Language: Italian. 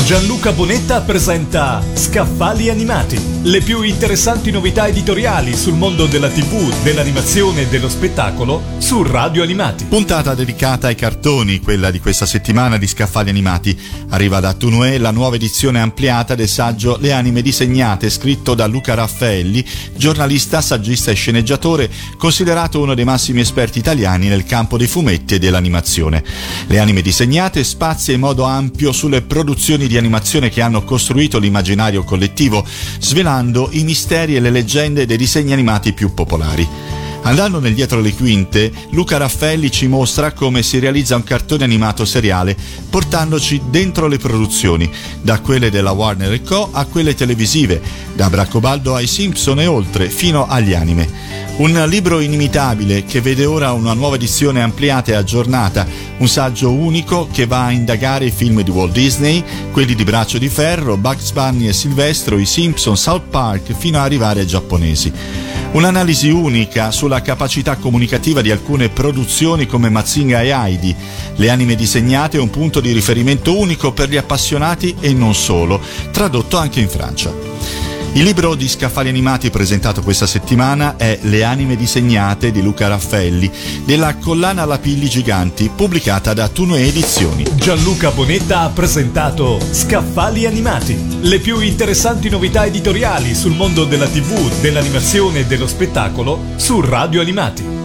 Gianluca Bonetta presenta Scaffali Animati, le più interessanti novità editoriali sul mondo della TV, dell'animazione e dello spettacolo su Radio Animati. Puntata dedicata ai cartoni, quella di questa settimana di Scaffali Animati. Arriva da Tourneur la nuova edizione ampliata del saggio Le anime disegnate, scritto da Luca Raffaelli, giornalista, saggista e sceneggiatore, considerato uno dei massimi esperti italiani nel campo dei fumetti e dell'animazione. Le anime disegnate spazia in modo ampio sulle produzioni di animazione che hanno costruito l'immaginario collettivo, svelando i misteri e le leggende dei disegni animati più popolari. Andando nel dietro le quinte, Luca Raffaelli ci mostra come si realizza un cartone animato seriale, portandoci dentro le produzioni, da quelle della Warner & Co. a quelle televisive, da Braccobaldo ai Simpson e oltre, fino agli anime. Un libro inimitabile che vede ora una nuova edizione ampliata e aggiornata, un saggio unico che va a indagare i film di Walt Disney, quelli di Braccio di Ferro, Bugs Bunny e Silvestro, i Simpson, South Park, fino ad arrivare ai giapponesi. Un'analisi unica sulla capacità comunicativa di alcune produzioni come Mazinga e Heidi. Le anime disegnate è un punto di riferimento unico per gli appassionati e non solo, tradotto anche in Francia. Il libro di Scaffali Animati presentato questa settimana è Le anime disegnate di Luca Raffaelli, della collana Lapilli Giganti, pubblicata da Tourneur Edizioni. Gianluca Bonetta ha presentato Scaffali Animati, le più interessanti novità editoriali sul mondo della TV, dell'animazione e dello spettacolo su Radio Animati.